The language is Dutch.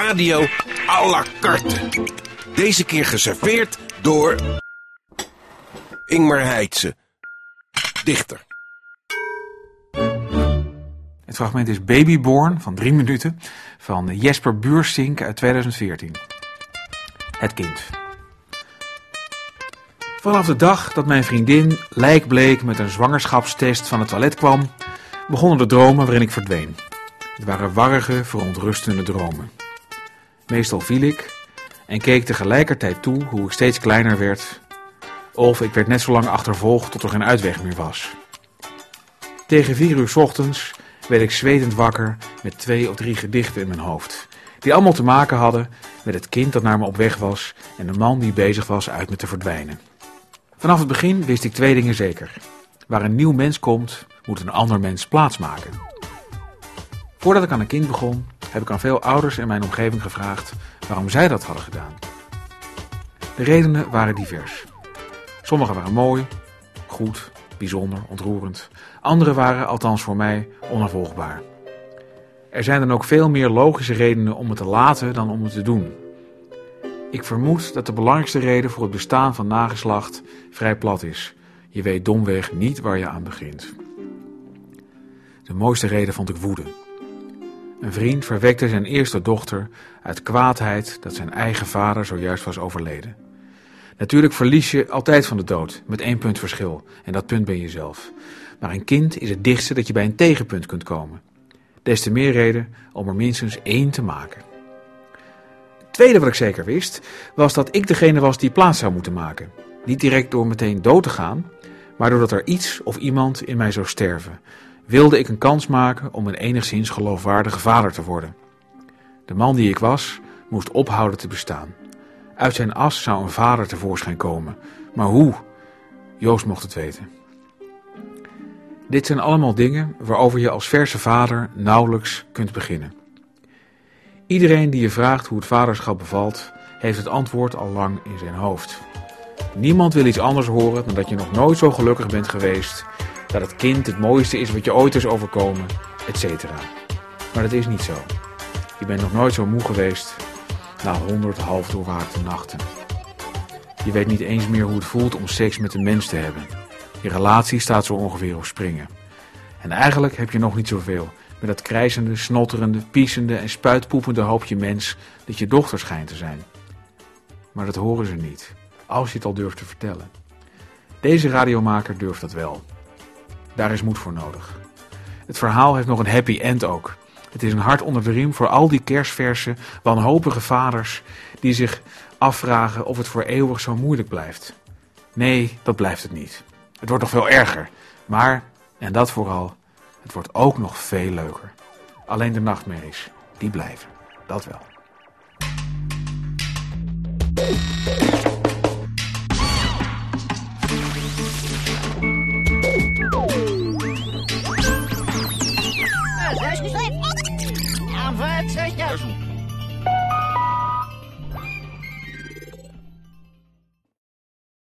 radio à la carte. Deze keer geserveerd door Ingmar Heitse, dichter. Het fragment is Babyborn van 3 minuten van Jesper Buursink uit 2014. Het kind. Vanaf de dag dat mijn vriendin lijkbleek met een zwangerschapstest van het toilet kwam, begonnen de dromen waarin ik verdween. Het waren warrige, verontrustende dromen. Meestal viel ik en keek tegelijkertijd toe hoe ik steeds kleiner werd, of ik werd net zo lang achtervolgd tot er geen uitweg meer was. Tegen 4 uur 's ochtends werd ik zwetend wakker met 2 of 3 gedichten in mijn hoofd, die allemaal te maken hadden met het kind dat naar me op weg was en de man die bezig was uit me te verdwijnen. Vanaf het begin wist ik 2 dingen zeker. Waar een nieuw mens komt, moet een ander mens plaatsmaken. Voordat ik aan een kind begon, heb ik aan veel ouders in mijn omgeving gevraagd waarom zij dat hadden gedaan. De redenen waren divers. Sommige waren mooi, goed, bijzonder, ontroerend. Andere waren, althans voor mij, onafvolgbaar. Er zijn dan ook veel meer logische redenen om het te laten dan om het te doen. Ik vermoed dat de belangrijkste reden voor het bestaan van nageslacht vrij plat is. Je weet domweg niet waar je aan begint. De mooiste reden vond ik woede. Een vriend verwekte zijn eerste dochter uit kwaadheid dat zijn eigen vader zojuist was overleden. Natuurlijk verlies je altijd van de dood, met 1 punt verschil, en dat punt ben je zelf. Maar een kind is het dichtste dat je bij een tegenpunt kunt komen. Des te meer reden om er minstens 1 te maken. Het tweede wat ik zeker wist, was dat ik degene was die plaats zou moeten maken. Niet direct door meteen dood te gaan, maar doordat er iets of iemand in mij zou sterven, wilde ik een kans maken om een enigszins geloofwaardige vader te worden. De man die ik was, moest ophouden te bestaan. Uit zijn as zou een vader tevoorschijn komen. Maar hoe? Joost mocht het weten. Dit zijn allemaal dingen waarover je als verse vader nauwelijks kunt beginnen. Iedereen die je vraagt hoe het vaderschap bevalt, heeft het antwoord al lang in zijn hoofd. Niemand wil iets anders horen dan dat je nog nooit zo gelukkig bent geweest, dat het kind het mooiste is wat je ooit is overkomen, etc. Maar dat is niet zo. Je bent nog nooit zo moe geweest na 100 half doorwaakte nachten. Je weet niet eens meer hoe het voelt om seks met een mens te hebben. Je relatie staat zo ongeveer op springen. En eigenlijk heb je nog niet zoveel met dat krijzende, snotterende, piesende en spuitpoepende hoopje mens dat je dochter schijnt te zijn. Maar dat horen ze niet, als je het al durft te vertellen. Deze radiomaker durft dat wel. Daar is moed voor nodig. Het verhaal heeft nog een happy end ook. Het is een hart onder de riem voor al die kersverse, wanhopige vaders die zich afvragen of het voor eeuwig zo moeilijk blijft. Nee, dat blijft het niet. Het wordt nog veel erger. Maar, en dat vooral, het wordt ook nog veel leuker. Alleen de nachtmerries, die blijven. Dat wel.